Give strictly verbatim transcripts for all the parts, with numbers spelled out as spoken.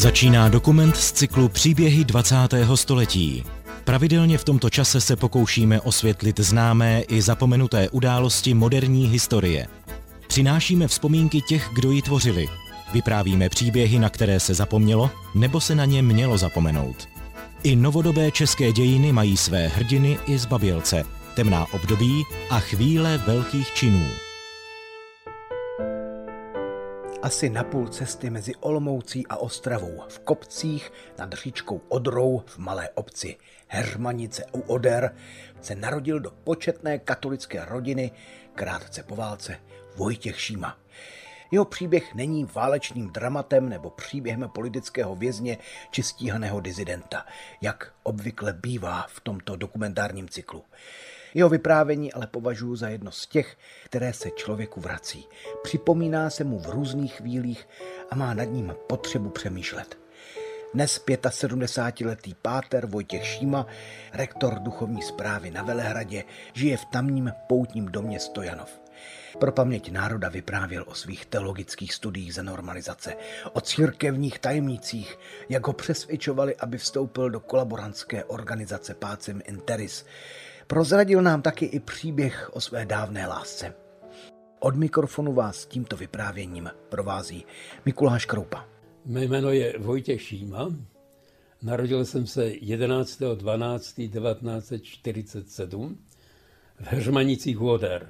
Začíná dokument z cyklu Příběhy dvacátého století. Pravidelně v tomto čase se pokoušíme osvětlit známé i zapomenuté události moderní historie. Přinášíme vzpomínky těch, kdo ji tvořili. Vyprávíme příběhy, na které se zapomnělo, nebo se na ně mělo zapomenout. I novodobé české dějiny mají své hrdiny i zbabělce, temná období a chvíle velkých činů. Asi na půl cesty mezi Olomoucí a Ostravou, v kopcích nad říčkou Odrou v malé obci Heřmanice u Oder, se narodil do početné katolické rodiny krátce po válce Vojtěch Šíma. Jeho příběh není válečným dramatem nebo příběhem politického vězně či stíhaného dizidenta, jak obvykle bývá v tomto dokumentárním cyklu. Jeho vyprávění ale považuji za jedno z těch, které se člověku vrací. Připomíná se mu v různých chvílích a má nad ním potřebu přemýšlet. Dnes sedmdesátipětiletý páter Vojtěch Šíma, rektor duchovní správy na Velehradě, žije v tamním poutním domě Stojanov. Pro paměť národa vyprávěl o svých teologických studiích za normalizace, o církevních tajemnicích, jak ho přesvědčovali, aby vstoupil do kolaborantské organizace Pacem in Terris. Prozradil nám taky i příběh o své dávné lásce. Od mikrofonu vás tímto vyprávěním provází Mikuláš Kroupa. Mé jméno je Vojtěch Šíma. Narodil jsem se jedenáctého dvanáctého devatenáct set čtyřicet sedm v Heřmanicích u Oder.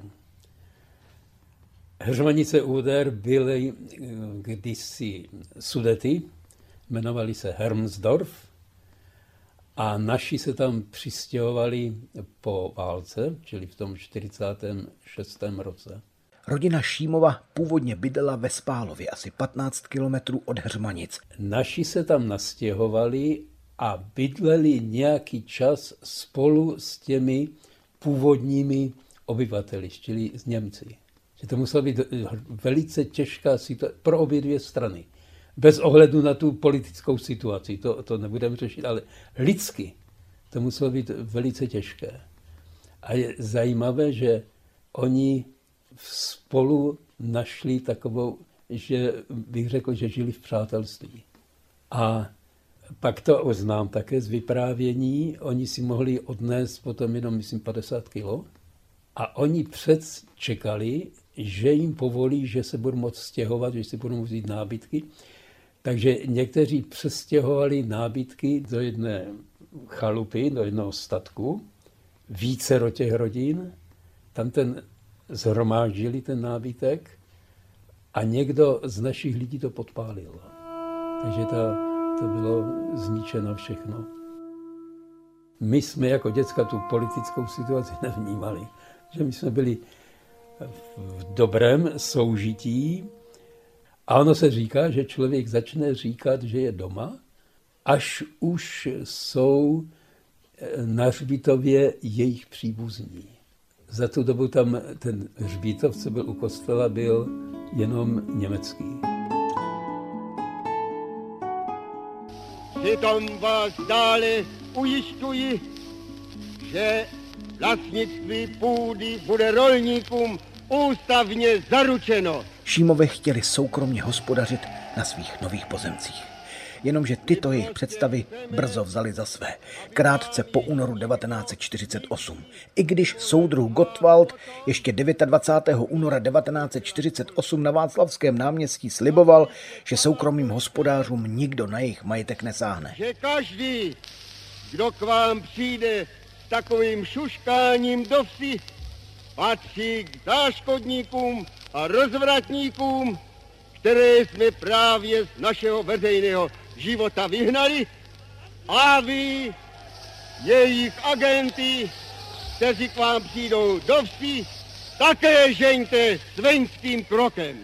Heřmanice u Oder byly kdysi Sudety, jmenovali se Hermsdorf a naši se tam přistěhovali po válce, čili v tom čtyřicátém šestém roce. Rodina Šímova původně bydlela ve Spálově, asi patnáct kilometrů od Heřmanic. Naši se tam nastěhovali a bydleli nějaký čas spolu s těmi původními obyvateli, čili s Němci. Že to musela být velice těžká situace pro obě dvě strany. Bez ohledu na tu politickou situaci, to, to nebudeme řešit, ale lidsky to muselo být velice těžké. A je zajímavé, že oni spolu našli takovou, že bych řekl, že žili v přátelství. A pak to znám také z vyprávění, oni si mohli odnést potom jenom, myslím, padesát kilo a oni předčekali, že jim povolí, že se budou moct stěhovat, že si budou vzít nábytky. Takže někteří přestěhovali nábytky do jedné chalupy, do jednoho statku, vícero těch rodin, tam ten zhromáždili ten nábytek a někdo z našich lidí to podpálil. Takže to, to bylo zničeno všechno. My jsme jako děcka tu politickou situaci nevnímali, že my jsme byli v dobrém soužití a ono se říká, že člověk začne říkat, že je doma, až už jsou na hřbitově jejich příbuzní. Za tu dobu tam ten hřbitov, co byl u kostela, byl jenom německý. Přitom vás dále ujišťuji, že vlastnictví půdy bude rolníkům ústavně zaručeno. Šímovi chtěli soukromně hospodařit na svých nových pozemcích. Jenomže tyto jejich představy brzo vzali za své, krátce po únoru devatenáct set čtyřicet osm. I když soudruh Gottwald ještě dvacátého devátého února devatenáct set čtyřicet osm na Václavském náměstí sliboval, že soukromým hospodářům nikdo na jejich majetek nesáhne. Že každý, kdo k vám přijde s takovým šuškáním do vsi, patří k záškodníkům a rozvratníkům, které jsme právě z našeho veřejného života vyhnali, a vy, jejich agenty, kteří k vám přijdou do vsi, také žeňte svenským krokem.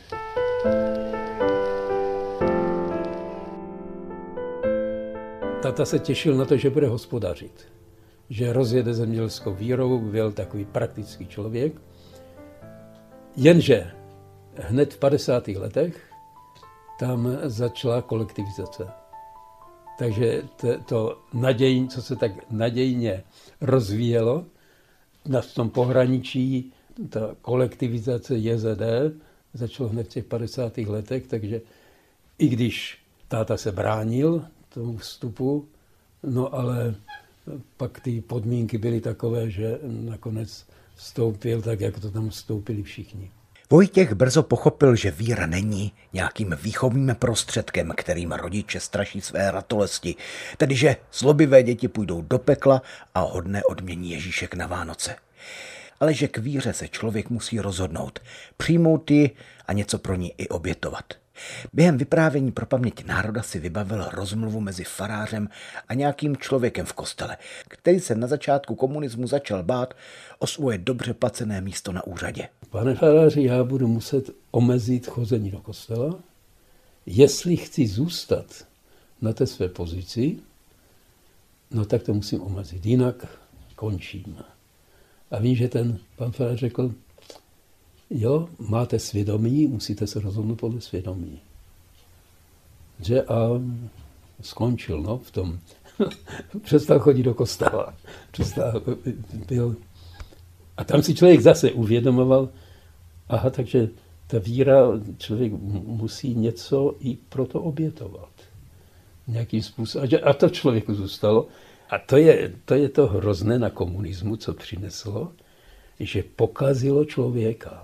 Tata se těšil na to, že bude hospodařit, že rozjede zemědělskou výrobu, byl takový praktický člověk, jenže hned v padesátých letech tam začala kolektivizace. Takže to, to naděj, co se tak nadějně rozvíjelo, na tom pohraničí ta kolektivizace J Z D začalo hned v těch padesátých letech, takže i když táta se bránil tomu vstupu, no ale pak ty podmínky byly takové, že nakonec vstoupil tak, jak to tam vstoupili všichni. Vojtěch brzo pochopil, že víra není nějakým výchovným prostředkem, kterým rodiče straší své ratolesti, tedy že zlobivé děti půjdou do pekla a hodné odmění Ježíšek na Vánoce. Ale že k víře se člověk musí rozhodnout, přijmout ji a něco pro ní i obětovat. Během vyprávění pro paměť národa si vybavil rozmluvu mezi farářem a nějakým člověkem v kostele, který se na začátku komunismu začal bát o svoje dobře placené místo na úřadě. Pane faráři, já budu muset omezit chození do kostela, jestli chci zůstat na té své pozici, no tak to musím omezit, jinak končím. A vím, že ten pan farář řekl, jo, máte svědomí, musíte se rozhodnout podle svědomí. Že a skončil, no, v tom. Přestal chodit do kostela. Přestal, byl. A tam si člověk zase uvědomoval, aha, takže ta víra, člověk musí něco i proto obětovat. Nějakým způsobem. A to člověku zůstalo. A to je, to je to hrozné na komunismu, co přineslo, že pokazilo člověka.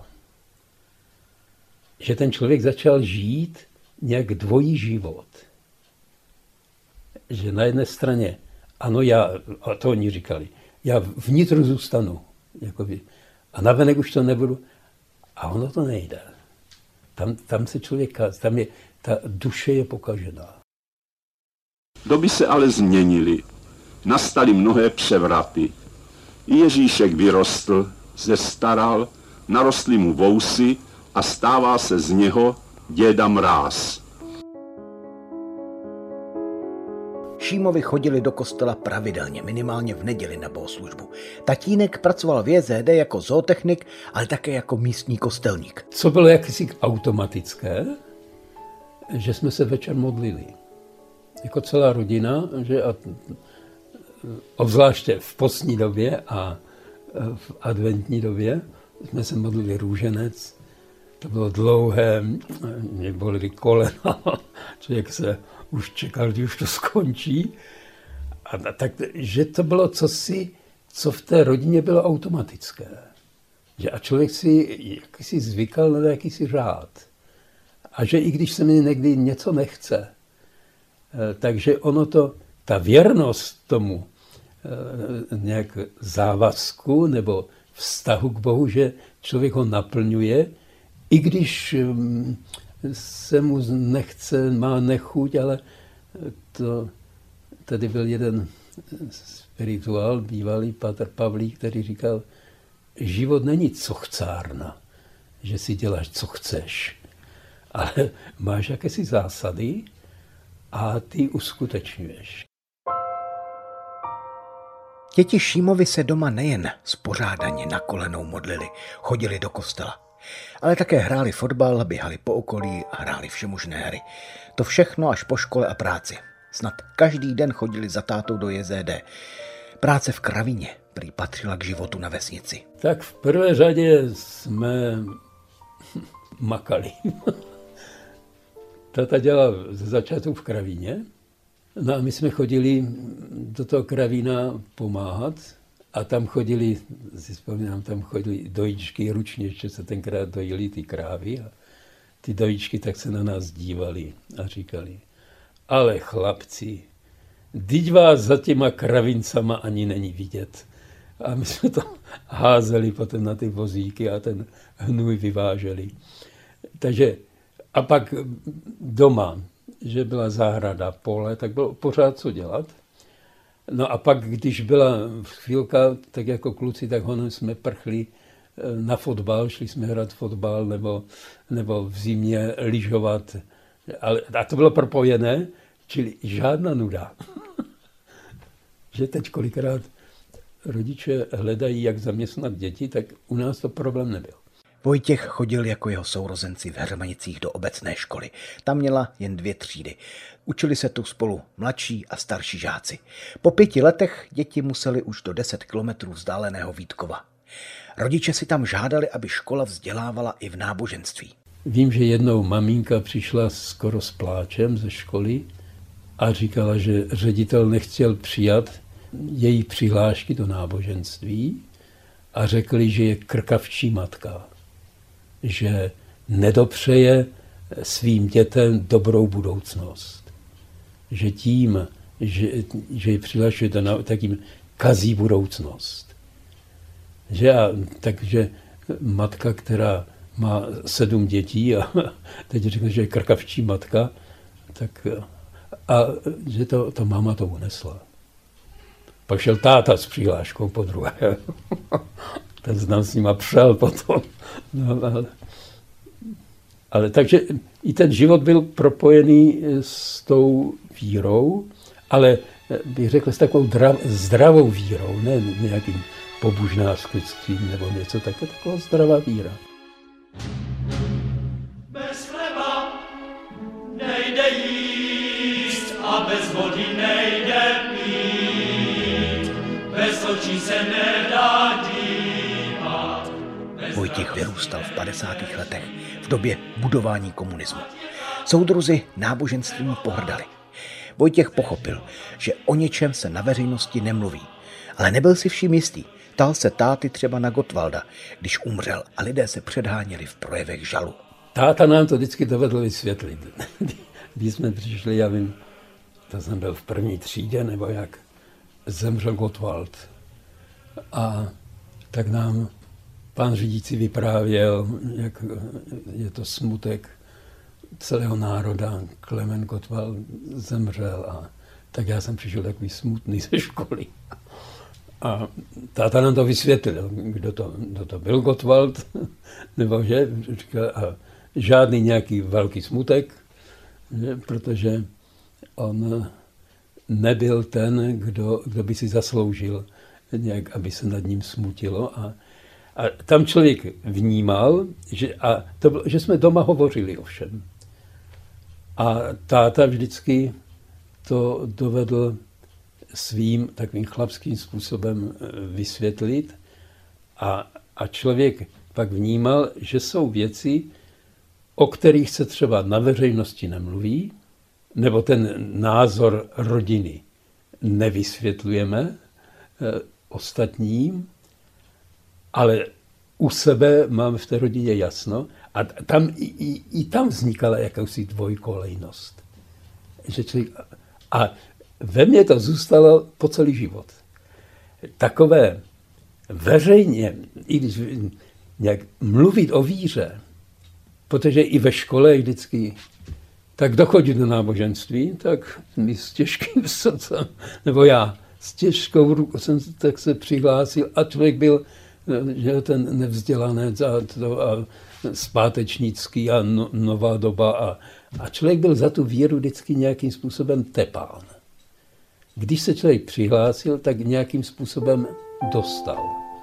Že ten člověk začal žít nějak dvojí život. Že na jedné straně, ano, já, a to oni říkali, já vnitř zůstanu, jakoby, a navenek už to nebudu. A ono to nejde. Tam, tam se člověk, tam je, ta duše je pokažená. Doby se ale změnily. Nastaly mnohé převraty. Ježíšek vyrostl, zestaral, narostly mu vousy a stává se z něho děda Mráz. Šímovi chodili do kostela pravidelně, minimálně v neděli na bohoslužbu. Tatínek pracoval v J Z D jako zootechnik, ale také jako místní kostelník. Co bylo jakési automatické, že jsme se večer modlili. Jako celá rodina, že a obzvláště v postní době a v adventní době jsme se modlili růženec. To bylo dlouhé, mě bolely kolena, člověk se už čekal, kdy už to skončí. A tak, že to bylo cosi, co v té rodině bylo automatické. Že a člověk si jakýsi zvykal na jakýsi řád. A že i když se mi někdy něco nechce, takže ono to, ta věrnost tomu nějak závazku nebo vztahu k Bohu, že člověk ho naplňuje, i když se mu nechce, má nechuť, ale to, tady byl jeden spirituál, bývalý Patr Pavlík, který říkal, život není cochcárna, že si děláš, co chceš, ale máš jakési zásady a ty uskutečňuješ. Děti Šímovi se doma nejen spořádaně na kolenou modlili, chodili do kostela, ale také hráli fotbal, běhali po okolí a hráli všemožné hry. To všechno až po škole a práci. Snad každý den chodili za tátou do J Z D. Práce v kravíně prý patřila k životu na vesnici. Tak v prvé řadě jsme makali. Tata dělal ze začátku v kravíně. No a my jsme chodili do toho kravína pomáhat a tam chodili, si vzpomínám, tam chodili dojičky ručně, ještě se tenkrát dojili ty krávy a ty dojičky tak se na nás dívali a říkali, ale chlapci, vždyť vás za těma kravincama ani není vidět. A my jsme to házeli potom na ty vozíky a ten hnůj vyváželi. Takže a pak doma, že byla zahrada, pole, tak bylo pořád co dělat. No a pak, když byla chvílka, tak jako kluci, tak honem jsme prchli na fotbal, šli jsme hrát fotbal nebo, nebo v zimě lyžovat. Ale, a to bylo propojené, čili žádná nuda. Že teď kolikrát rodiče hledají, jak zaměstnat děti, tak u nás to problém nebyl. Vojtěch chodil jako jeho sourozenci v Hermanicích do obecné školy. Tam měla jen dvě třídy. Učili se tu spolu mladší a starší žáci. Po pěti letech děti museli už do deset kilometrů vzdáleného Vítkova. Rodiče si tam žádali, aby škola vzdělávala i v náboženství. vím, že jednou maminka přišla skoro s pláčem ze školy a říkala, že ředitel nechtěl přijat její přihlášky do náboženství a řekli, že je krkavčí matka, že nedopřeje svým dětem dobrou budoucnost. Že tím, že, že je přihlašuje do náboženství, tak jim kazí budoucnost. Že a, takže matka, která má sedm dětí a teď řekne, že je krkavčí matka, tak a že to, to máma to unesla. Pak šel táta s přihláškou po druhé. Ten znám s nima přel potom. No, ale, ale takže i ten život byl propojený s tou vírou, ale bych řekl s takovou drav, zdravou vírou, ne nějakým pobožnářstvím nebo něco také, taková zdravá víra. Bez chleba nejde jíst a bez vody nejde pít, bez očí se nedá dívat. Vojtěch vyrůstal v padesátých letech v době budování komunismu. Soudruzi náboženstvím pohrdali. Vojtěch pochopil, že o něčem se na veřejnosti nemluví, ale nebyl si vším jistý. Ptal se táty třeba na Gottwalda, když umřel a lidé se předháněli v projevech žalu. Táta nám to vždycky dovedl vysvětlit. Když jsme přišli, já vím, to jsem byl v první třídě, nebo jak zemřel Gottwald. A tak nám pán řídící vyprávěl, jak je to smutek celého národa. Klement Gottwald zemřel a tak já jsem přišel takový smutný ze školy. A táta nám to vysvětlil, kdo to, kdo to byl Gottwald, nebo že, říkal, a žádný nějaký velký smutek, že, protože on nebyl ten, kdo, kdo by si zasloužil nějak, aby se nad ním smutilo. A, a tam člověk vnímal, že, a to bylo, že jsme doma hovořili o všem. A táta vždycky to dovedl svým takovým chlapským způsobem vysvětlit a, a člověk pak vnímal, že jsou věci, o kterých se třeba na veřejnosti nemluví, nebo ten názor rodiny nevysvětlujeme eh, ostatním, ale u sebe máme v té rodině jasno a tam, i, i, i tam vznikala jakousi dvojkolejnost. Že člověk, a ve mně to zůstalo po celý život. Takové veřejně, i když nějak mluvit o víře, protože i ve škole vždycky, tak kdo chodí do náboženství, tak my s těžkým srdcem, nebo já s těžkou rukou jsem tak se přihlásil a člověk byl, že ten nevzdělanec a, to, a zpátečnický a no, nová doba a, a člověk byl za tu víru vždycky nějakým způsobem tepán. Když se člověk přihlásil, tak nějakým způsobem dostal.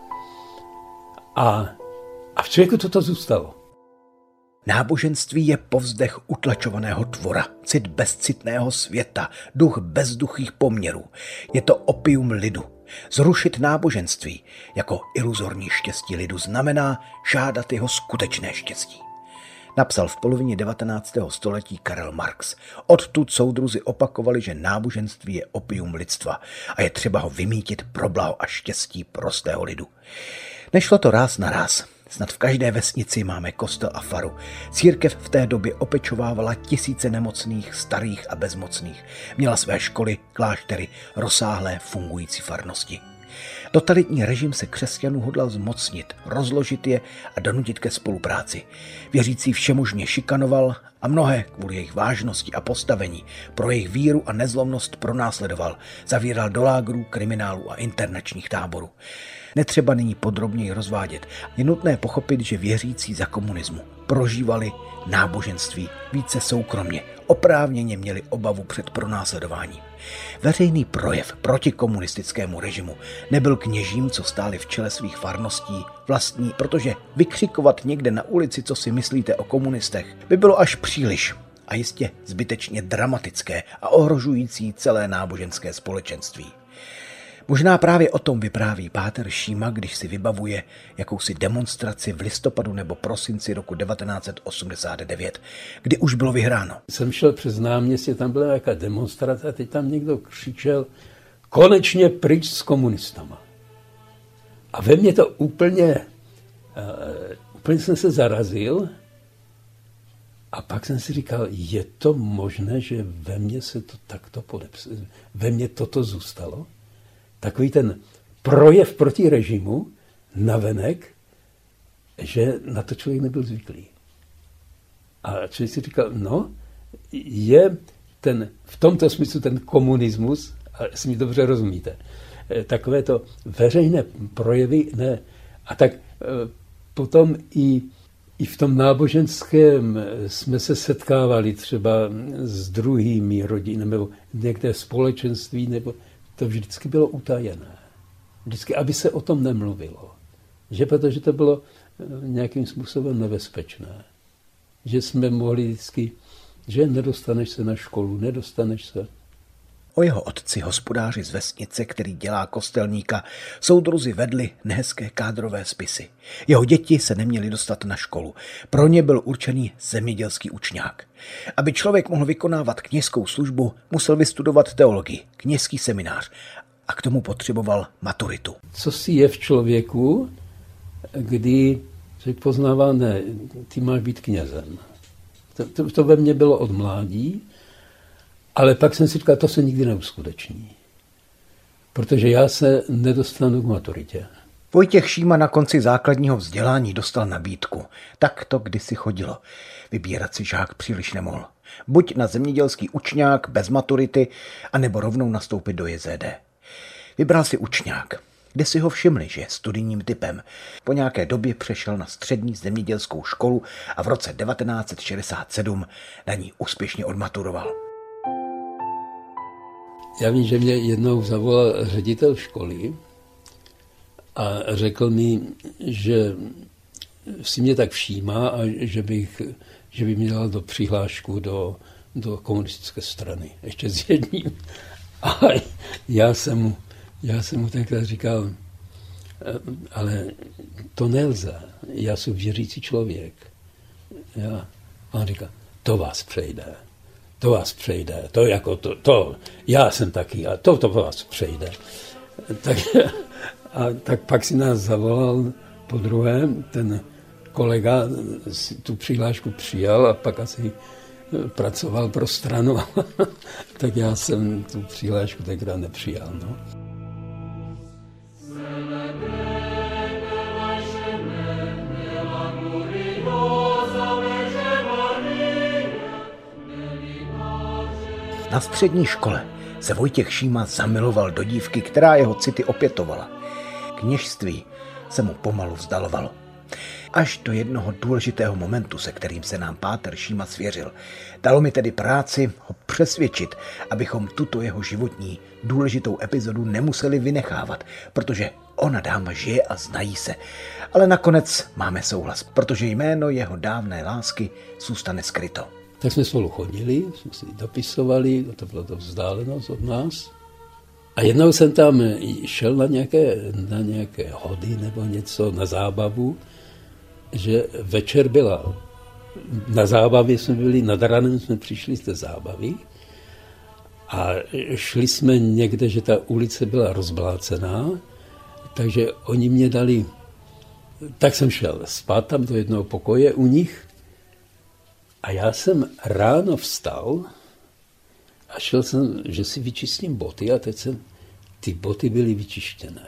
A, a v člověku toto zůstalo. Náboženství je povzdech utlačovaného tvora, cit bezcitného světa, duch bezduchých poměrů. Je to opium lidu. Zrušit náboženství jako iluzorní štěstí lidu znamená žádat jeho skutečné štěstí. Napsal v polovině devatenáctého století Karel Marx. Odtud soudruzi opakovali, že náboženství je opium lidstva a je třeba ho vymítit pro blaho a štěstí prostého lidu. Nešlo to ráz na ráz. Snad v každé vesnici máme kostel a faru. Církev v té době opečovávala tisíce nemocných, starých a bezmocných. Měla své školy, kláštery, rozsáhlé fungující farnosti. Totalitní režim se křesťanů hodlal zmocnit, rozložit je a donutit ke spolupráci. Věřící všemožně šikanoval a mnohé kvůli jejich vážnosti a postavení pro jejich víru a nezlomnost pronásledoval, zavíral do lágrů, kriminálu a internačních táborů. Netřeba nyní podrobněji rozvádět. Je nutné pochopit, že věřící za komunismu prožívali náboženství více soukromně, oprávněně měli obavu před pronásledováním. Veřejný projev proti komunistickému režimu nebyl kněžím, co stáli v čele svých farností, vlastní, protože vykřikovat někde na ulici, co si myslíte o komunistech, by bylo až příliš a jistě zbytečně dramatické a ohrožující celé náboženské společenství. Možná právě o tom vypráví páter Šíma, když si vybavuje jakousi demonstraci v listopadu nebo prosinci roku devatenáct set osmdesát devět, kdy už bylo vyhráno. Jsem šel přes náměstí, tam byla nějaká demonstrace a teď tam někdo křičel konečně pryč s komunistama. A ve mně to úplně, uh, úplně jsem se zarazil a pak jsem si říkal, je to možné, že ve mně se to takto podepsalo, ve mně toto zůstalo? Takový ten projev proti režimu navenek, že na to člověk nebyl zvyklý. A člověk si říkal, no, je ten, v tomto smyslu ten komunismus, a jestli mi dobře rozumíte, takové to veřejné projevy, ne. A tak potom i, i v tom náboženském jsme se setkávali třeba s druhými rodinami, nebo někde společenství, nebo to vždycky bylo utajené. Vždycky, aby se o tom nemluvilo. Že protože to bylo nějakým způsobem nebezpečné. Že jsme mohli vždycky, že nedostaneš se na školu, nedostaneš se. O jeho otci, hospodáři z vesnice, který dělá kostelníka, soudruzi vedli nehezké kádrové spisy. Jeho děti se neměly dostat na školu. Pro ně byl určený zemědělský učňák. Aby člověk mohl vykonávat kněžskou službu, musel vystudovat teologii, kněžský seminář a k tomu potřeboval maturitu. Co si je v člověku, kdy člověk poznává, ne, ty máš být knězem. To, to, to ve mně bylo od mládí, ale pak jsem si říkal, to se nikdy neuskuteční. Protože já se nedostanu k maturitě. Vojtěch Šíma na konci základního vzdělání dostal nabídku. Tak to kdysi chodilo. Vybírat si žák příliš nemohl. Buď na zemědělský učňák bez maturity, anebo rovnou nastoupit do J Z D. Vybral si učňák, kde si ho všimli, že je studijním typem. Po nějaké době přešel na střední zemědělskou školu a v roce devatenáct set šedesát sedm na ní úspěšně odmaturoval. Já vím, že mě jednou zavolal ředitel školy a řekl mi, že si mě tak všímá a že, bych, že by mě dal do přihlášku do, do komunistické strany. Ještě s jedním. A já jsem mu, já jsem mu tenkrát říkal, ale to nelze. Já jsem věřící člověk. Já, a on říká, to vás přejde. To vás přejde, to jako to, to, já jsem taky, a to, to vás přejde. Tak, a tak pak si nás zavolal po druhé, ten kolega si tu přihlášku přijal a pak asi pracoval pro stranu, tak já jsem tu přihlášku tenkrát nepřijal. No. Na střední škole se Vojtěch Šíma zamiloval do dívky, která jeho city opětovala. Kněžství se mu pomalu vzdalovalo. Až do jednoho důležitého momentu, se kterým se nám páter Šíma svěřil. Dalo mi tedy práci ho přesvědčit, abychom tuto jeho životní důležitou epizodu nemuseli vynechávat, protože ona dáma žije a znají se. Ale nakonec máme souhlas, protože jméno jeho dávné lásky zůstane skryto. Tak jsme spolu chodili, jsme si dopisovali, to byla to vzdálenost od nás. A jednou jsem tam šel na nějaké, na nějaké hody nebo něco, na zábavu, že večer byla, na zábavě jsme byli, nad ranem jsme přišli z té zábavy a šli jsme někde, že ta ulice byla rozblácená, takže oni mě dali, tak jsem šel spát tam do jednoho pokoje u nich. A já jsem ráno vstal a šel jsem, že si vyčistím boty a teď jsem, ty boty byly vyčištěné.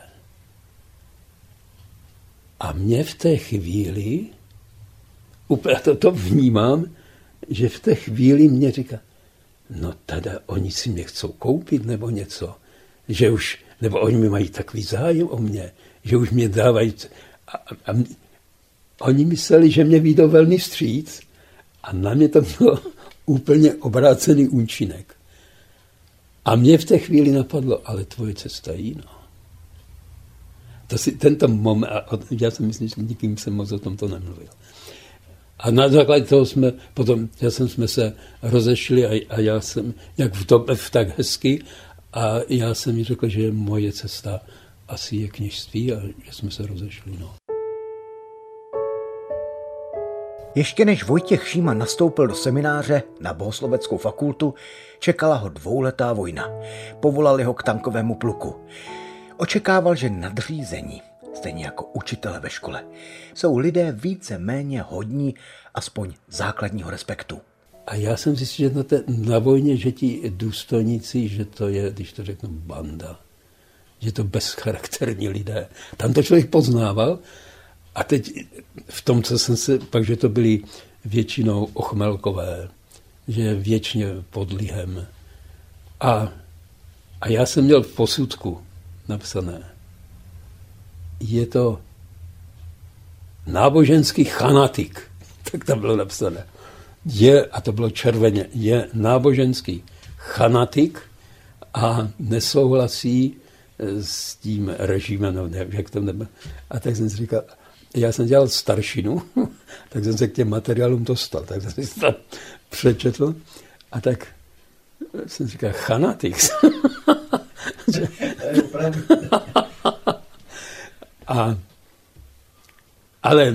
A mě v té chvíli, úplně to, to vnímám, že v té chvíli mě říká, no teda oni si mě chcou koupit nebo něco, že už, nebo oni mi mají takový zájem o mě, že už mě dávají. A, a, a oni mysleli, že mě vyjdou velmi vstříc, a na mě to bylo úplně obrácený účinek. A mě v té chvíli napadlo, ale tvoje cesta je jiná. To si, tento moment, a já si myslím, že nikým jsem moc o tomto nemluvil. A na základě toho jsme, potom já jsem, jsme se rozešli a, a já jsem, jak v, to, v tak hezky, A já jsem jí řekl, že moje cesta asi je kněžství a že jsme se rozešli. No. Ještě než Vojtěch Šíma nastoupil do semináře na bohosloveckou fakultu, čekala ho dvouletá vojna. Povolali ho k tankovému pluku. Očekával, že nadřízení, stejně jako učitele ve škole, jsou lidé více méně hodní aspoň základního respektu. A já jsem zjistil, že na, té, na vojně, že ti důstojníci, že to je, když to řeknu, banda, že to bezcharakterní lidé. Tam to člověk poznával a teď v tom, co jsem se, pak, že to byli většinou ochmelkové, že věčně pod lihem. A, a já jsem měl v posudku napsané, je to náboženský fanatik, tak tam bylo napsané. Je, a to bylo červeně, je náboženský fanatik a nesouhlasí s tím režimem, no, jak to nebylo. A tak jsem si říkal, já jsem dělal staršinu, tak jsem se k těm materiálům dostal, tak jsem si to přečetl a tak jsem říkal, fanatik. a, ale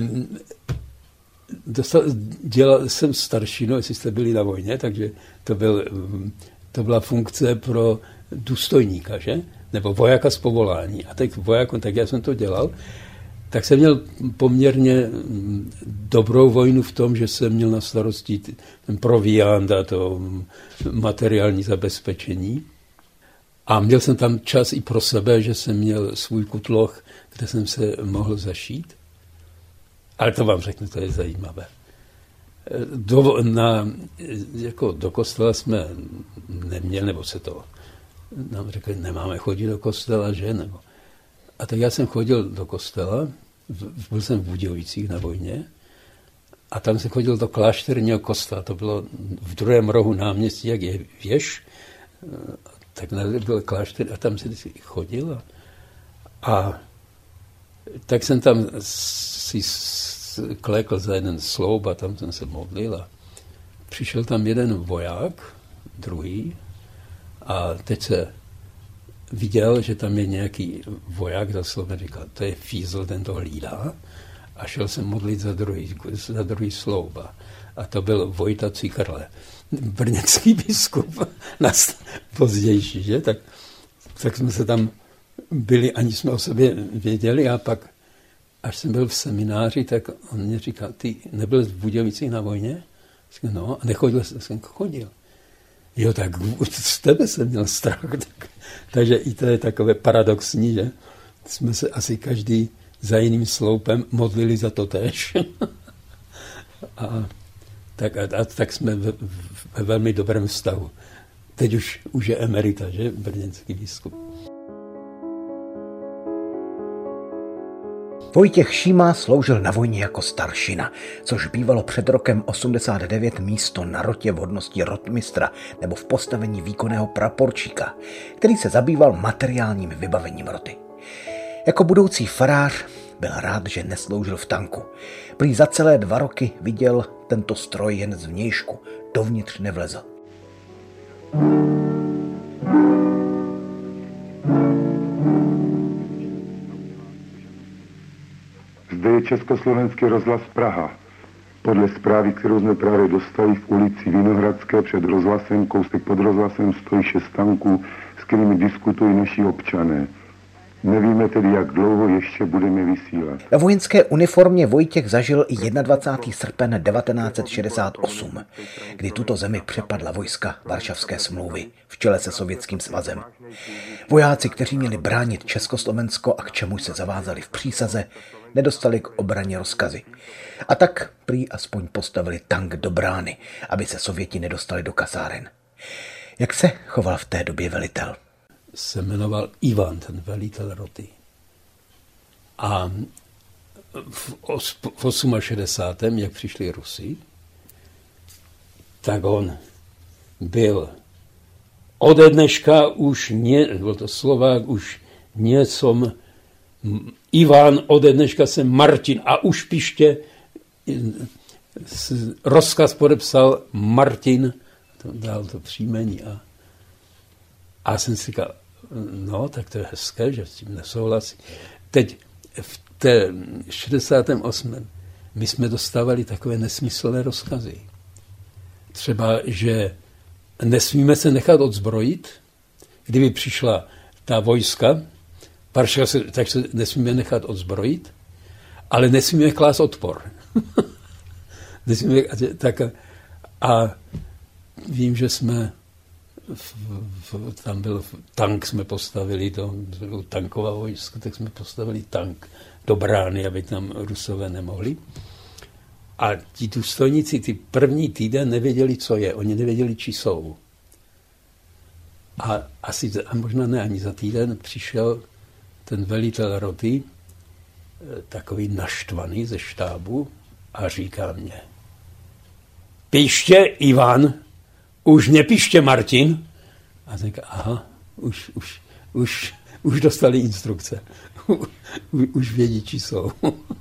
dostal, dělal jsem staršinu, jestli jste byli na vojně, takže to, byl, to byla funkce pro důstojníka, že? Nebo vojáka z povolání. A tak vojákům, tak já jsem to dělal, tak jsem měl poměrně dobrou vojnu v tom, že jsem měl na starosti ten proviant a to materiální zabezpečení. A měl jsem tam čas i pro sebe, že jsem měl svůj kutloch, kde jsem se mohl zašít. Ale to vám řeknu, to je zajímavé. Do, na, jako do kostela jsme neměli, nebo se to nám řekli, nemáme chodit do kostela, že? Nebo. A tak já jsem chodil do kostela, byl jsem v Budějovicích na vojně, a tam jsem chodil do klášterního kostela, to bylo v druhém rohu náměstí, jak je věž, tak byl klášter a tam jsem si chodil. A, a tak jsem tam si klekl za jeden sloup a tam jsem se modlil a přišel tam jeden voják, druhý, a teď se viděl, že tam je nějaký voják za slovem, říkal, to je fízl, ten to hlídá, a šel se modlit za druhý, za druhý sloup. A to byl Vojta Cikrle, brněnský biskup, pozdější, že? Tak, tak jsme se tam byli, ani jsme o sobě věděli, a pak, až jsem byl v semináři, tak on mě říkal, ty nebyl v Budějovicích na vojně? Říkal, no, a nechodil jsem, chodil. Jo, tak z tebe jsem měl strach. Tak, takže i to je takové paradoxní, že jsme se asi každý za jiným sloupem modlili za to též. a, tak, a, a tak jsme ve, ve velmi dobrém vztahu. Teď už, už je emerita, že? Brněnský biskup. Vojtěch Šíma sloužil na vojně jako staršina, což bývalo před rokem osmdesát devět místo na rotě v hodnosti rotmistra nebo v postavení výkonného praporčíka, který se zabýval materiálním vybavením roty. Jako budoucí farář byl rád, že nesloužil v tanku. Prý za celé dva roky viděl tento stroj jen zvnějšku, dovnitř nevlezl. Zde je Československý rozhlas Praha. Podle zprávy, kterou jsme právě dostali, v ulici Vinohradské před rozhlasem, kousek pod rozhlasem, stojí šest tanků, s kterými diskutují naši občané. Nevíme tedy, jak dlouho ještě budeme vysílat. Na vojenské uniformě Vojtěch zažil i dvacátého prvního srpna devatenáct set šedesát osm, kdy tuto zemi přepadla vojska Varšavské smlouvy v čele se Sovětským svazem. Vojáci, kteří měli bránit Československo a k čemu se zavázali v přísaze, nedostali k obraně rozkazy. A tak prý aspoň postavili tank do brány, aby se Sověti nedostali do kasáren. Jak se choval v té době velitel? Se jmenoval Ivan, ten velitel roty. A v šedesátém osmém, jak přišli Rusy, tak on byl ode dneška už, ně, byl to Slovák, už něco, Ivan, ode dneška jsem Martin, a už piště rozkaz podepsal Martin, to dal to příjmení, a A jsem si říkal, no, tak to je hezké, že s tím nesouhlasí. Teď v té šedesátém osmém my jsme dostávali takové nesmyslné rozkazy. Třeba, že nesmíme se nechat odzbrojit, kdyby přišla ta vojska, se, tak se nesmíme nechat odzbrojit, ale nesmíme klást odpor. nesmíme, tak, a vím, že jsme v, v, tam byl tank, jsme postavili, to byl tanková vojska, tak jsme postavili tank do brány, aby tam Rusové nemohli. A ti důstojníci ty první týden nevěděli, co je. Oni nevěděli, či jsou. A asi, a možná ne ani za týden, přišel ten velitel roty, takový naštvaný ze štábu, a říká mě: Píště, Ivan, už nepíště, Martin. A říká, aha, už, už, už, už dostali instrukce. Už vědí, či jsou.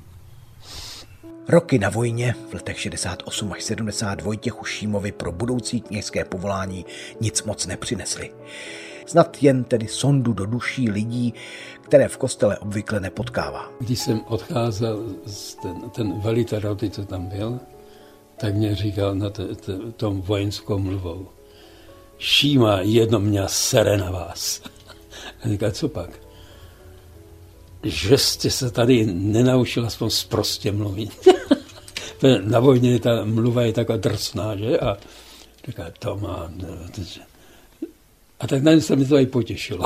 Roky na vojně v letech šedesát osm až sedmdesát Vojtěchu Šímovi pro budoucí kněžské povolání nic moc nepřinesly. Snad jen tedy sondu do duší lidí, které v kostele obvykle nepotkává. Když jsem odcházel, ten, ten velitel roty, co tam byl, tak mě říkal na t, t, tom vojenskou mluvou: Šíma, jedno mě sere na vás. A říká, co pak? Že jste se tady nenaučil aspoň sprostě mluvit. Na vojně ta mluva je taková drsná, že? A říká, to má... A tak najednou se mi to i potěšilo.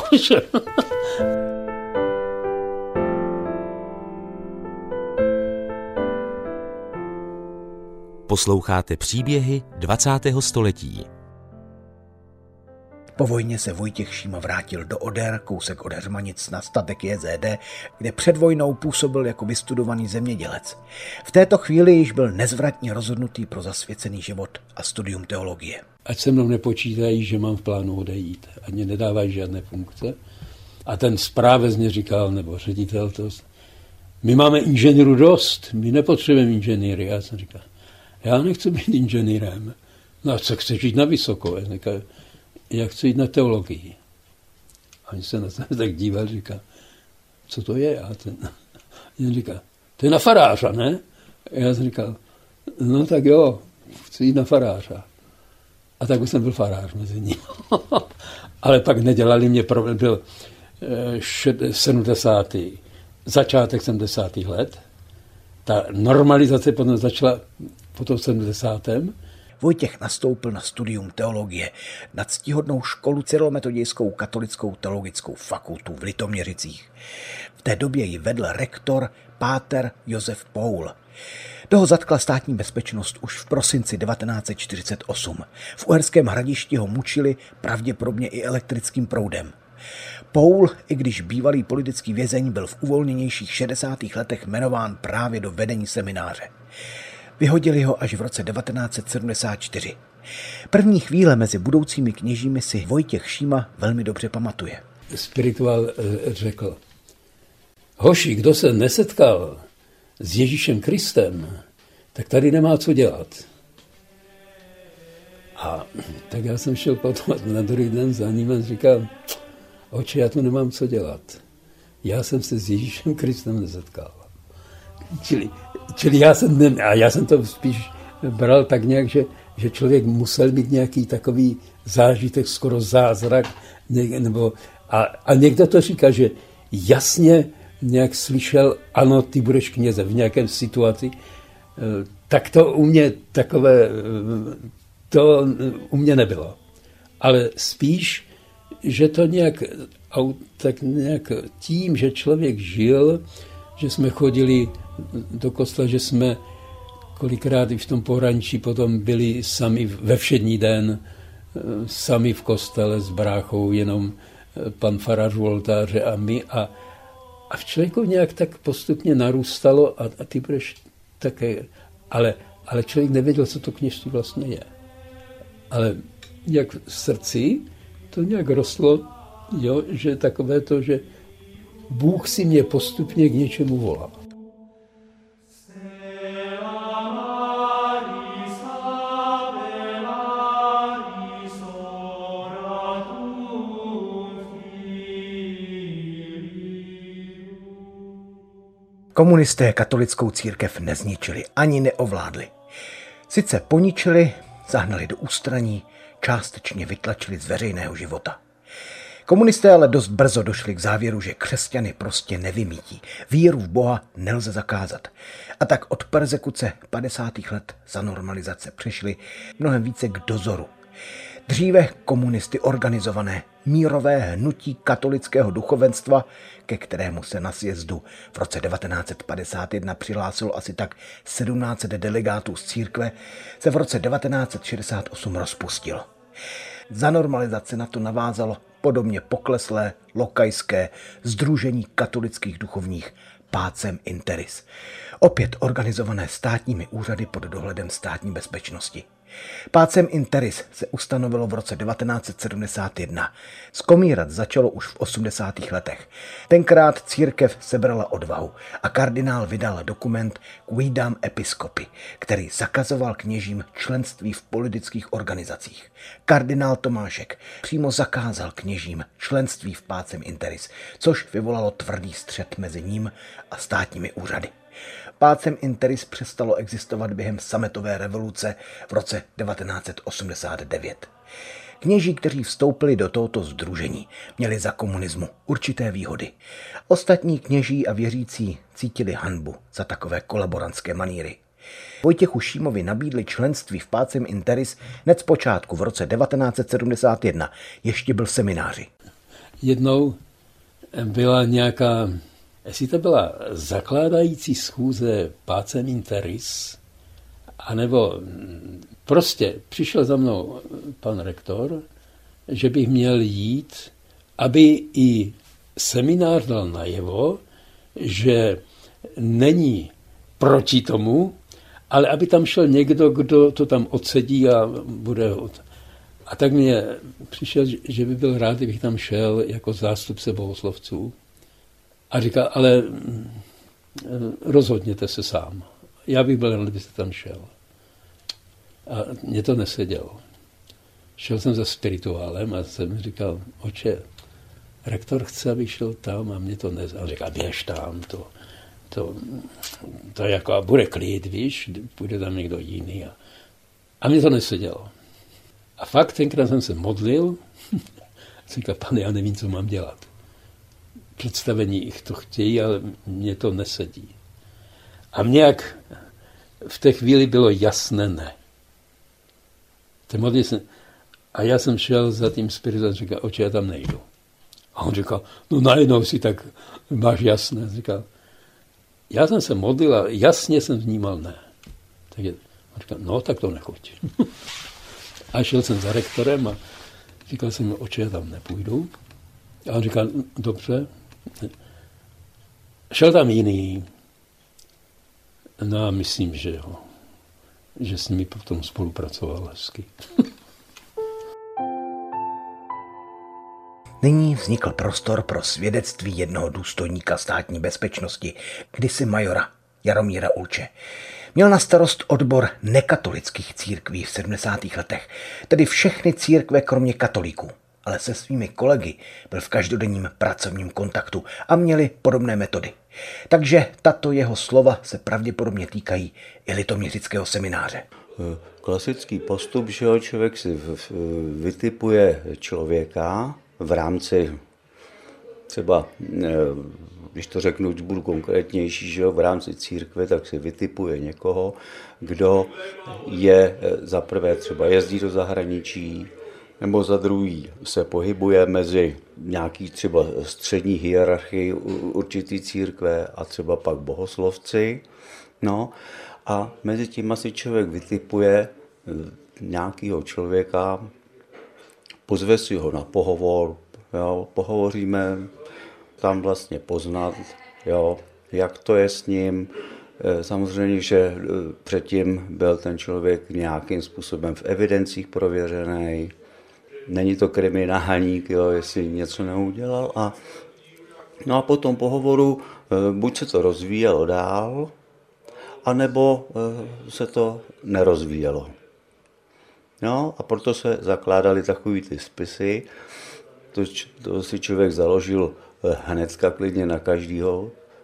Posloucháte příběhy dvacátého století. Po vojně se Vojtěch Šíma vrátil do Oder, kousek od Hermanic, na statek J Z D, kde před vojnou působil jako vystudovaný zemědělec. V této chvíli již byl nezvratně rozhodnutý pro zasvěcený život a studium teologie. Ať se mnou nepočítají, že mám v plánu odejít. Ať mě nedávají žádné funkce. A ten správec mě říkal, nebo ředitel, to, my máme inženýrů dost, my nepotřebujeme inženýry. Já jsem říkal, já nechci být inženýrem. No a co chceš jít na vysokou? Já říkal, já chci jít na teologii. A oni se na to tak díval, říká, co to je? A ten, jen říká, to je na farářa, ne? A já jsem říkal, no tak jo, chci jít na faráře. A tak už jsem byl farář mezi nimi. Ale pak nedělali mě problém, byl sedmdesátý začátek sedmdesátých let. Ta normalizace potom začala po tom sedmdesátém Vojtěch nastoupil na studium teologie na ctihodnou školu Cyrilometodějskou katolickou teologickou fakultu v Litoměřicích. V té době ji vedl rektor páter Josef Poul. Toho zatkla státní bezpečnost už v prosinci devatenáct set čtyřicet osm. V Uherském Hradišti ho mučili pravděpodobně i elektrickým proudem. Poul, i když bývalý politický vězeň, byl v uvolněnějších šedesátých letech jmenován právě do vedení semináře. Vyhodili ho až v roce devatenáct set sedmdesát čtyři. První chvíle mezi budoucími kněžími si Vojtěch Šíma velmi dobře pamatuje. Spirituál řekl, hoši, kdo se nesetkal s Ježíšem Kristem, tak tady nemá co dělat. A tak já jsem šel potom na druhý den za ním a říkal, oče, já tu nemám co dělat. Já jsem se s Ježíšem Kristem nesetkal. Čili, čili já jsem, ne, a já jsem to spíš bral tak nějak, že, že člověk musel mít nějaký takový zážitek, skoro zázrak, ne, nebo, a, a někdo to říká, že jasně nějak slyšel, ano, ty budeš kněze v nějakém situaci, tak to u mě takové, to u mě nebylo. Ale spíš, že to nějak, tak nějak tím, že člověk žil, že jsme chodili do kostela, že jsme kolikrát i v tom pohraničí potom byli sami ve všední den, sami v kostele s bráchou, jenom pan farář u oltáře a my. A, a v člověku nějak tak postupně narůstalo a, a ty budeš také, ale, ale člověk nevěděl, co to kněžství vlastně je. Ale jak v srdci to nějak rostlo, jo, že takové to, že Bůh si mě postupně k něčemu volal. Komunisté katolickou církev nezničili ani neovládli. Sice poničili, zahnali do ústraní, částečně vytlačili z veřejného života. Komunisté ale dost brzo došli k závěru, že křesťany prostě nevymítí. Víru v Boha nelze zakázat. A tak od perzekuce padesátých let za normalizace přešli mnohem více k dozoru. Dříve komunisty organizované mírové hnutí katolického duchovenstva, ke kterému se na sjezdu v roce devatenáct set padesát jedna přihlásilo asi tak sedmnáct set delegátů z církve, se v roce devatenáct set šedesát osm rozpustilo. Za normalizace na to navázalo podobně pokleslé lokajské sdružení katolických duchovních Pacem in Terris, opět organizované státními úřady pod dohledem státní bezpečnosti. Pacem in Terris se ustanovilo v roce devatenáct set sedmdesát jedna. Skomírat začalo už v osmdesátých letech. Tenkrát církev sebrala odvahu a kardinál vydal dokument Quidam Episcopi, který zakazoval kněžím členství v politických organizacích. Kardinál Tomášek přímo zakázal kněžím členství v Pacem in Terris, což vyvolalo tvrdý střet mezi ním a státními úřady. Pacem in Terris přestalo existovat během sametové revoluce v roce devatenáct set osmdesát devět. Kněží, kteří vstoupili do tohoto sdružení, měli za komunismu určité výhody. Ostatní kněží a věřící cítili hanbu za takové kolaborantské maníry. Vojtěchu Šímovi nabídli členství v Pacem in Terris hned zpočátku v roce devatenáct set sedmdesát jedna. Ještě byl v semináři. Jednou byla nějaká, jestli to byla zakládající schůze Pacem in Terris, anebo prostě přišel za mnou pan rektor, že bych měl jít, aby i seminář dal najevo, že není proti tomu, ale aby tam šel někdo, kdo to tam odsedí a bude... A tak mě přišel, že by byl rád, kdybych tam šel jako zástupce bohoslovců. A říkal, ale rozhodněte se sám. Já bych byl rád, kdybyste tam šel. A mě to nesedělo. Šel jsem za spirituálem a jsem říkal, oče, rektor chce, abych šel tam a mě to nesedělo. A říkal, běž tam, to, to, to jako bude klid, víš, půjde tam někdo jiný. A, a mě to nesedělo. A fakt tenkrát jsem se modlil, říkal, pane, já nevím, co mám dělat. Představení jich to chtějí, ale mě to nesedí. A mně jak v té chvíli bylo jasné ne. Jsem, a já jsem šel za tím spiritem a říkal, oče, já tam nejdu. A on říkal, no najednou si tak máš jasné. Říkal, já jsem se modlil a jasně jsem vnímal ne. Tak je, on říkal, no tak to nechoď. A šel jsem za rektorem a říkal jsem, oče, já tam nepůjdu. A on říkal, dobře. Šel tam jiný. No a myslím, že jo. Že s nimi potom spolupracoval hezky. Nyní vznikl prostor pro svědectví jednoho důstojníka státní bezpečnosti, kdysi majora Jaromíra Ulče. Měl na starost odbor nekatolických církví v sedmdesátých letech, tedy všechny církve kromě katolíků, ale se svými kolegy byl v každodenním pracovním kontaktu a měli podobné metody. Takže tato jeho slova se pravděpodobně týkají i litoměřického semináře. Klasický postup, že jo, člověk si vytipuje člověka v rámci třeba, když to řeknu, když budu konkrétnější, že jo, v rámci církve, tak si vytipuje někoho, kdo je za prvé třeba jezdí do zahraničí, nebo za druhý se pohybuje mezi nějaký třeba střední hierarchii určitý církve a třeba pak bohoslovci. No a mezi tím asi člověk vytipuje nějakého člověka, pozve si ho na pohovor, jo, pohovoříme, tam vlastně poznat, jo, jak to je s ním. Samozřejmě, že předtím byl ten člověk nějakým způsobem v evidencích prověřený, není to kriminálník, jo, jestli něco neudělal. A, no a po tom pohovoru buď se to rozvíjelo dál, anebo se to nerozvíjelo. No a proto se zakládaly takový ty spisy, to, to si člověk založil hnedka klidně na každýho,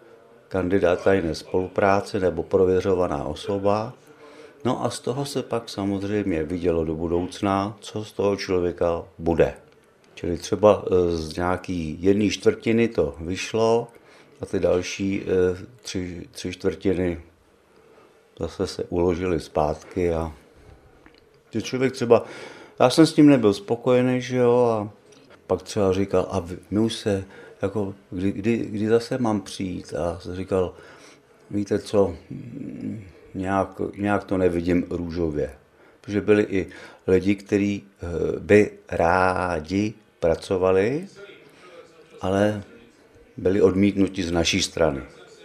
kandidát tajné spolupráce nebo prověřovaná osoba. No a z toho se pak samozřejmě vidělo do budoucna, co z toho člověka bude. Čili třeba z nějaký jedné čtvrtiny to vyšlo a ty další tři, tři čtvrtiny zase se uložily zpátky a že člověk třeba, já jsem s tím nebyl spokojený, že jo, a pak třeba říkal, a my už se, jako, kdy, kdy, kdy zase mám přijít a jsem říkal, víte co, nějak, nějak to nevidím růžově, protože byli i lidi, kteří by rádi pracovali, ale byli odmítnuti z naší strany.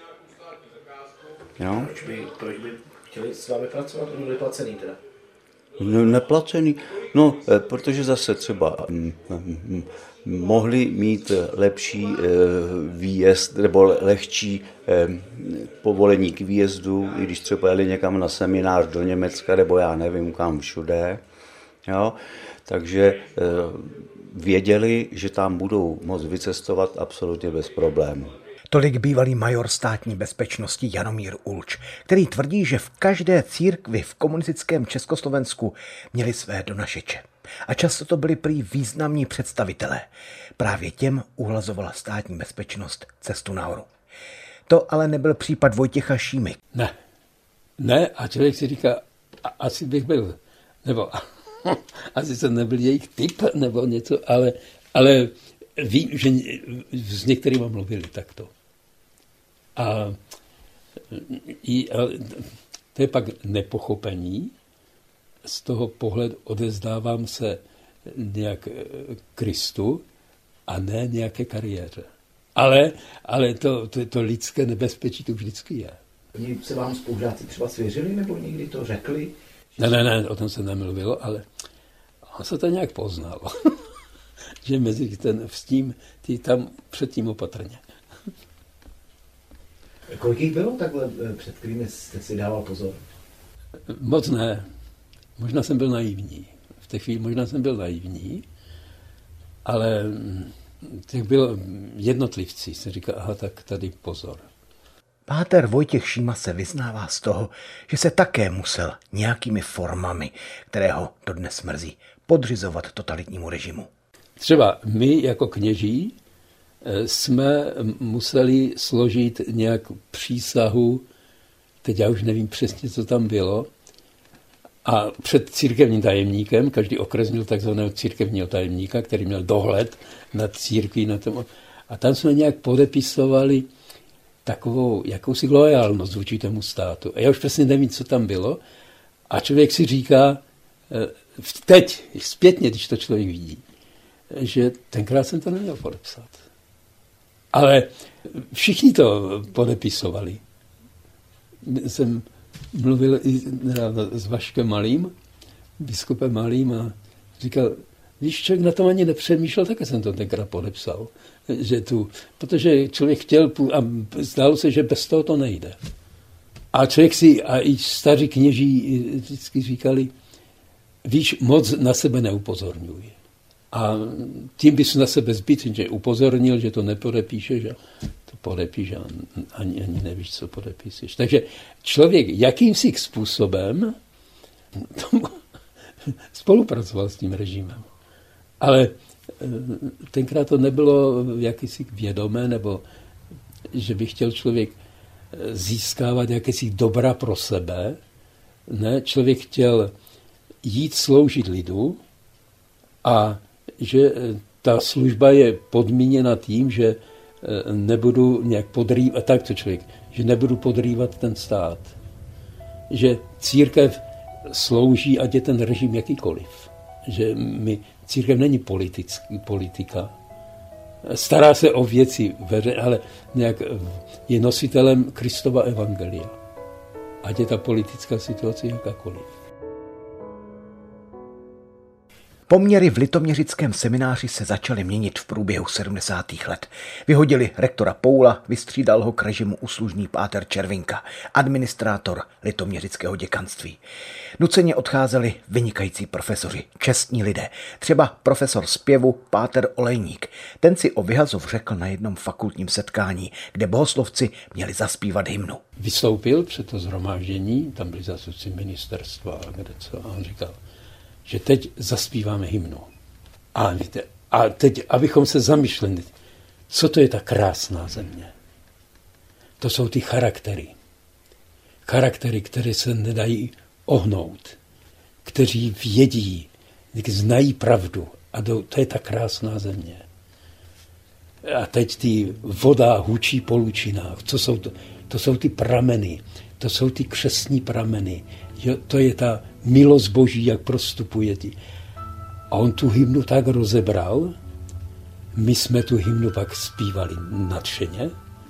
Jo? Proč by, proč by chtěli s vámi pracovat? Oni byli placený teda. No, neplacený. No, protože zase třeba m, m, mohli mít lepší e, výjezd nebo lehčí e, povolení k výjezdu, i když třeba jeli někam na seminář do Německa nebo já nevím kam všude. Jo? Takže e, věděli, že tam budou moct vycestovat absolutně bez problémů. Tolik bývalý major státní bezpečnosti Janomír Ulč, který tvrdí, že v každé církvi v komunistickém Československu měli své donašeče. A často to byli prý významní představitelé. Právě těm uhlazovala státní bezpečnost cestu nahoru. To ale nebyl případ Vojtěcha Šímy. Ne. Ne, a člověk si říká, asi bych byl, nebo asi jsem nebyl jejich typ, nebo něco, ale, ale vím, že s některými mluvili takto. A, a to je pak nepochopení. Z toho pohledu odezdávám se nějak Kristu a ne nějaké kariéře. Ale, ale to, to, to lidské nebezpečí to vždycky je. Oni se vám spolužáci třeba svěřili, nebo někdy to řekli? Ne, ne, ne, o tom se nemluvilo, ale on se to nějak poznal. Že mezi ten s tím, ty tam předtím opatrně. Kolik jich bylo takhle, před kterými jste si dával pozor? Moc ne. Možná jsem byl naivní. V té chvíli možná jsem byl naivní, ale těch bylo jednotlivci. Se říká, aha, tak tady pozor. Páter Vojtěch Šíma se vyznává z toho, že se také musel nějakými formami, které ho dodnes mrzí, podřizovat totalitnímu režimu. Třeba my jako kněží jsme museli složit nějak přísahu, teď já už nevím přesně, co tam bylo, a před církevním tajemníkem, každý okres měl takzvaného církevního tajemníka, který měl dohled nad církví, na tom, a tam jsme nějak podepisovali takovou jakousi loajálnost vůči tomu státu. A já už přesně nevím, co tam bylo, a člověk si říká, teď, zpětně, když to člověk vidí, že tenkrát jsem to neměl podepsat. Ale všichni to podepisovali. Jsem mluvil i s Vaškem Malým, biskupem Malým, a říkal, když člověk na tom ani nepřemýšlel, tak jsem to tenkrát podepsal. Že tu, protože člověk chtěl a zdálo se, že bez toho to nejde. A člověk si, a i staří kněží vždycky říkali, víš, moc na sebe neupozorňuj. A tím bys na sebe zbytečně upozornil, že to nepodepíšeš a to podepíš a ani, ani nevíš, co podepíšeš. Takže člověk jakýmsi způsobem spolupracoval s tím režimem. Ale tenkrát to nebylo jakýsi vědomé, nebo že by chtěl člověk získávat jakési dobra pro sebe. Ne, člověk chtěl jít sloužit lidu a že ta služba je podmíněna tím, že nebudu nějak podrývat, tak to člověk, že nebudu podrývat ten stát. Že církev slouží, ať je ten režim jakýkoliv. Že my, církev není politický, politika. Stará se o věci, ale nějak je nositelem Kristova evangelia. Ať je ta politická situace jakákoliv. Poměry v litoměřickém semináři se začaly měnit v průběhu sedmdesátých let. Vyhodili rektora Poula, vystřídal ho k režimu úslužný páter Červinka, administrátor litoměřického děkanství. Nuceně odcházeli vynikající profesoři, čestní lidé, třeba profesor zpěvu páter Olejník. Ten si o Vyhazov řekl na jednom fakultním setkání, kde bohoslovci měli zaspívat hymnu. Vystoupil před to shromáždění, tam byli zástupci ministerstva a kde co, a on říkal, že teď zaspíváme hymnu. A, víte, a teď, abychom se zamýšleli, co to je ta krásná země. To jsou ty charaktery. Charaktery, které se nedají ohnout, kteří vědí, znají pravdu. A to, to je ta krásná země. A teď ty voda hučí po lučinách. Co jsou to? To jsou ty prameny. To jsou ty křestní prameny. Jo, to je ta milost Boží, jak prostupuje ti. A on tu hymnu tak rozebral, my jsme tu hymnu pak zpívali nadšeně,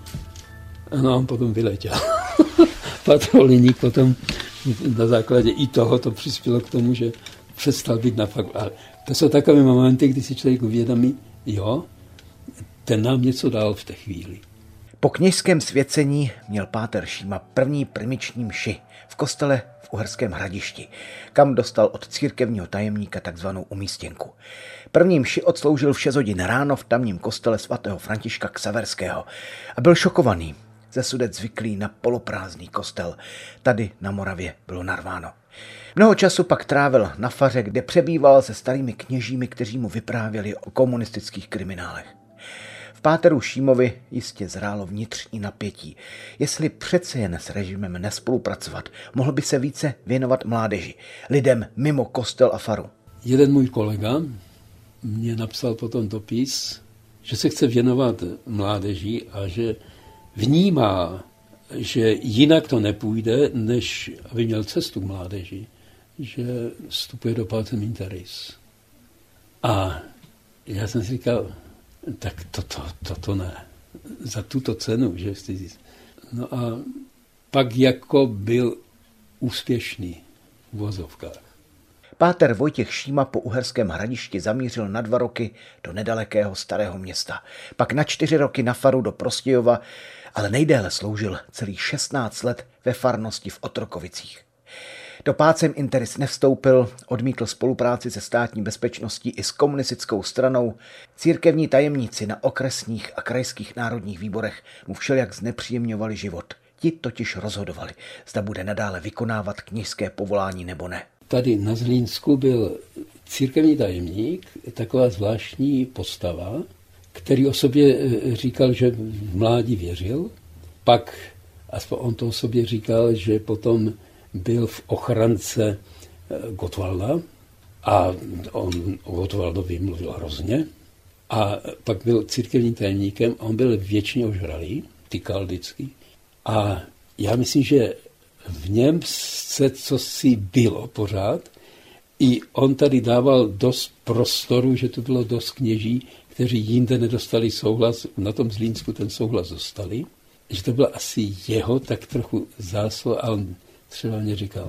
no a on potom vyletěl. Patrolník potom na základě i toho to přispělo k tomu, že přestal být na fakultě. Ale to jsou takové momenty, kdy si člověk uvědomí, jo, ten nám něco dal v té chvíli. Po kněžském svěcení měl páter Šíma první primiční mši v kostele v Uherském Hradišti, kam dostal od církevního tajemníka takzvanou umístěnku. První mši odsloužil v šest hodin ráno v tamním kostele svatého Františka Xaverského a byl šokovaný. Ze Sudet zvyklý na poloprázdný kostel. Tady na Moravě bylo narváno. Mnoho času pak trávil na faře, kde přebýval se starými kněžími, kteří mu vyprávěli o komunistických kriminálech. V páteru Šímovi jistě zrálo vnitřní napětí. Jestli přece jen s režimem nespolupracovat, mohl by se více věnovat mládeži, lidem mimo kostel a faru. Jeden můj kolega mě napsal potom dopis, že se chce věnovat mládeži a že vnímá, že jinak to nepůjde, než aby měl cestu k mládeži, že vstupuje do Pacem Interis. A já jsem si říkal, tak toto to, to ne. Za tuto cenu, že chci. No a pak jako byl úspěšný v vozovkách. Páter Vojtěch Šíma po Uherském Hradišti zamířil na dva roky do nedalekého Starého Města. Pak na čtyři roky na faru do Prostějova, ale nejdéle sloužil celých šestnáct let ve farnosti v Otrokovicích. Do Pacem Interis nevstoupil, odmítl spolupráci se státní bezpečností i s komunistickou stranou. Církevní tajemníci na okresních a krajských národních výborech mu všelijak znepříjemňovali život. Ti totiž rozhodovali, zda bude nadále vykonávat kněžské povolání nebo ne. Tady na Zlínsku byl církevní tajemník, taková zvláštní postava, který o sobě říkal, že v mládí věřil. Pak, aspoň on to o sobě říkal, že potom byl v ochrance Gottwalda a on o Gottwaldovi mluvil hrozně. A pak byl církevním tajemníkem a on byl věčně ožralý, tykal vždycky. A já myslím, že v něm se cosi bylo pořád. I on tady dával dost prostoru, že to bylo dost kněží, kteří jinde nedostali souhlas, na tom Zlínsku ten souhlas dostali. Že to bylo asi jeho tak trochu zásluha a on třeba mě říkal,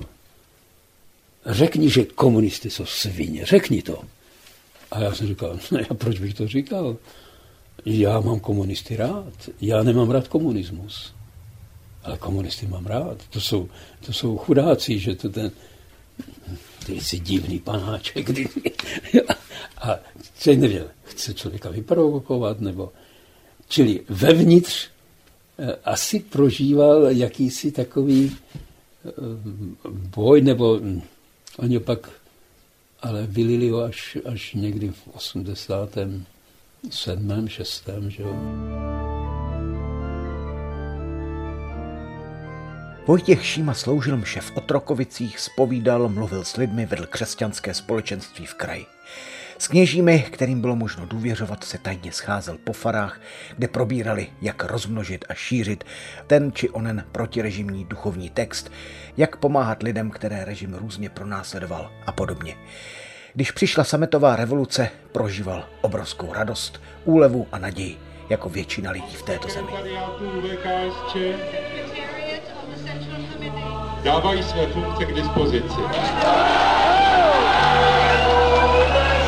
řekni, že komunisty jsou svině, řekni to. A já jsem říkal, no já proč bych to říkal? Já mám komunisty rád, já nemám rád komunismus. Ale komunisty mám rád, to jsou, to jsou chudáci, že to ten, ty jsi divný panáček. A člověk nevěděl, chce člověka vyprovokovat, nebo... Čili vevnitř asi prožíval jakýsi takový boj, nebo oni pak ale vylili ho až, až někdy v osmdesátém sedmém, šestém, že jo. Vojtěch Šíma sloužil mše v Otrokovicích, zpovídal, mluvil s lidmi, vedl křesťanské společenství v kraji. S kněžími, kterým bylo možno důvěřovat, se tajně scházel po farách, kde probírali, jak rozmnožit a šířit ten či onen protirežimní duchovní text, jak pomáhat lidem, které režim různě pronásledoval a podobně. Když přišla sametová revoluce, prožíval obrovskou radost, úlevu a naději, jako většina lidí v této zemi. Dávají své funkce k dispozici.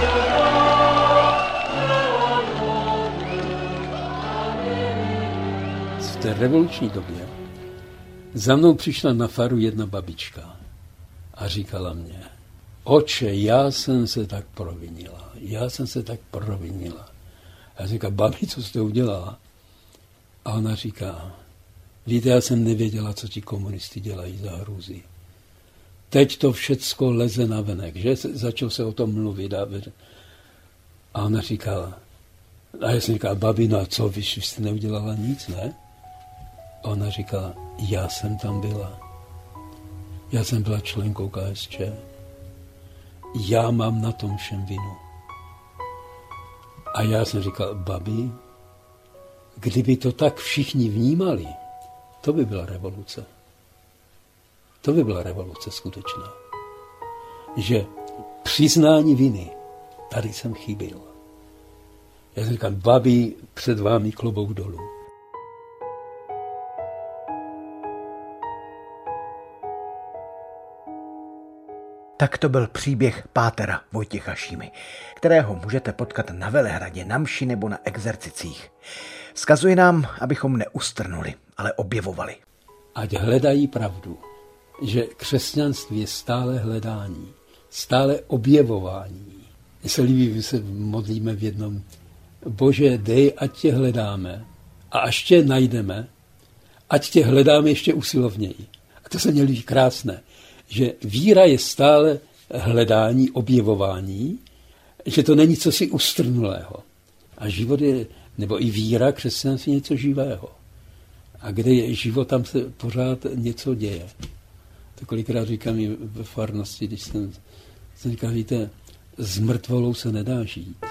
revoluční době za mnou přišla na faru jedna babička a říkala mě, oče, já jsem se tak provinila, já jsem se tak provinila. A já říkám, babi, co jste udělala? A ona říká, víte, já jsem nevěděla, co ti komunisti dělají za hrůzy. Teď to všecko leze na venek, že? Začal se o tom mluvit. A, a ona říkala, a já jsem říkal, babi, no a co, vy jste neudělala nic, ne? A ona říkala, já jsem tam byla. Já jsem byla členkou K S Č. Já mám na tom všem vinu. A já jsem říkal, babi, kdyby to tak všichni vnímali, to by byla revoluce. To by byla revoluce skutečná. Že přiznání viny, tady jsem chyběl. Já jsem říkal, babi, před vámi klobouk dolů. Tak to byl příběh pátera Vojtěcha Šímy, kterého můžete potkat na Velehradě, na mši nebo na exercicích. Vzkazuje nám, abychom neustrnuli, ale objevovali. Ať hledají pravdu, že křesťanství je stále hledání, stále objevování. Mně se líbí, že se modlíme v jednom, Bože, dej, ať tě hledáme a až tě najdeme, ať tě hledáme ještě usilovněji. A to se mě líbí krásné, že víra je stále hledání, objevování, že to není cosi ustrnulého. A život je, nebo i víra, křesťanství je něco živého. A kde je život, tam se pořád něco děje. To kolikrát říkám i ve farnosti, když jsem, jsem říkal, víte, s mrtvolou se nedá žít.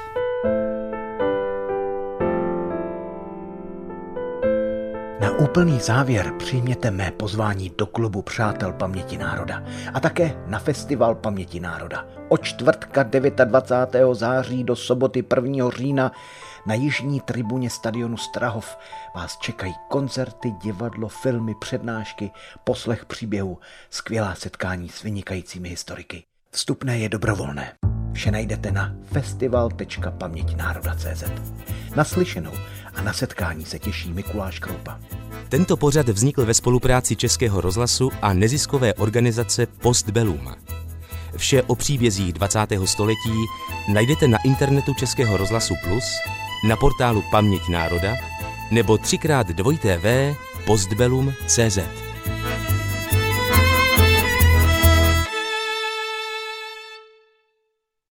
Na úplný závěr přijměte mé pozvání do klubu Přátel paměti národa a také na Festival paměti národa. Od čtvrtka dvacátého devátého září do soboty prvního října na jižní tribuně stadionu Strahov vás čekají koncerty, divadlo, filmy, přednášky, poslech příběhů, skvělá setkání s vynikajícími historiky. Vstupné je dobrovolné. Vše najdete na festival tečka paměť národa tečka cé zet. Naslyšenou a na setkání se těší Mikuláš Kroupa. Tento pořad vznikl ve spolupráci Českého rozhlasu a neziskové organizace Postbellum. Vše o příbězích dvacátého století najdete na internetu Českého rozhlasu Plus, na portálu Paměť národa nebo třikrát dvojité v postbellum tečka cé zet.